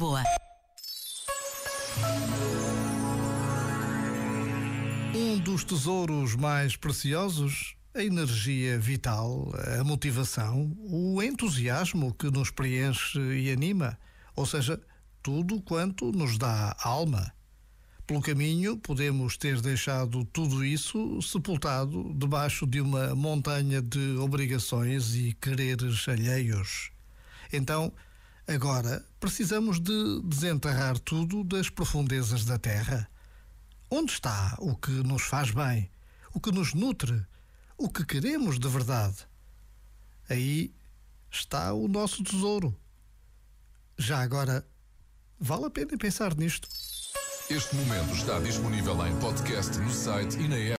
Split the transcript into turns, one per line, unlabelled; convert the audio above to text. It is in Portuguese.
Lisboa.
Um dos tesouros mais preciosos, a energia vital, a motivação, o entusiasmo que nos preenche e anima, ou seja, tudo quanto nos dá alma. Pelo caminho, podemos ter deixado tudo isso sepultado debaixo de uma montanha de obrigações e quereres alheios. Então, agora, precisamos de desenterrar tudo das profundezas da terra. Onde está o que nos faz bem, o que nos nutre, o que queremos de verdade? Aí está o nosso tesouro. Já agora, vale a pena pensar nisto.
Este momento está disponível em podcast no site e na app.